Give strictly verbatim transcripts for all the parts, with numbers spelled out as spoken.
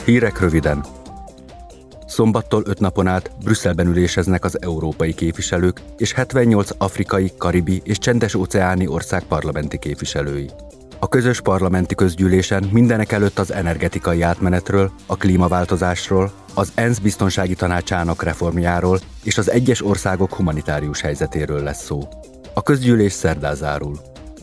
Hírek röviden. Szombattól öt napon át Brüsszelben üléseznek az európai képviselők és hetvennyolc afrikai, karibi és csendes-óceáni ország parlamenti képviselői. A közös parlamenti közgyűlésen mindenekelőtt az energetikai átmenetről, a klímaváltozásról, az ENSZ biztonsági tanácsának reformjáról és az egyes országok humanitárius helyzetéről lesz szó. A közgyűlés szerdán zárul.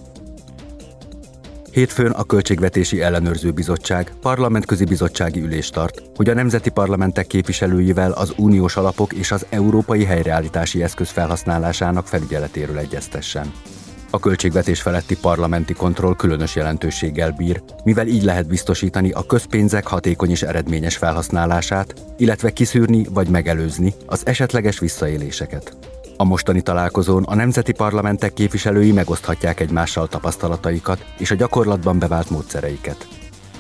Hétfőn a Költségvetési Ellenőrző Bizottság parlamentközi bizottsági ülést tart, hogy a nemzeti parlamentek képviselőivel az uniós alapok és az európai helyreállítási eszköz felhasználásának felügyeletéről egyeztessen. A költségvetés feletti parlamenti kontroll különös jelentőséggel bír, mivel így lehet biztosítani a közpénzek hatékony és eredményes felhasználását, illetve kiszűrni vagy megelőzni az esetleges visszaéléseket. A mostani találkozón a nemzeti parlamentek képviselői megoszthatják egymással tapasztalataikat és a gyakorlatban bevált módszereiket.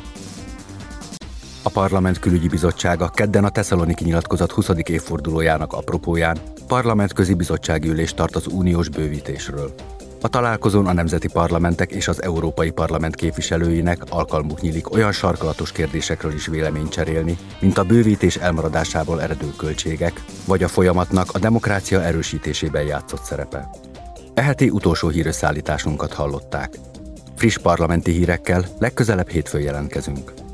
A Parlament Külügyi Bizottsága kedden a Tesszaloniki Nyilatkozat huszadik évfordulójának apropóján parlamentközi bizottsági ülést tart az uniós bővítésről. A találkozón a nemzeti parlamentek és az Európai Parlament képviselőinek alkalmuk nyílik olyan sarkalatos kérdésekről is véleményt cserélni, mint a bővítés elmaradásából eredő költségek, vagy a folyamatnak a demokrácia erősítésében játszott szerepe. E heti utolsó hírösszállításunkat hallották. Friss parlamenti hírekkel legközelebb hétfőn jelentkezünk.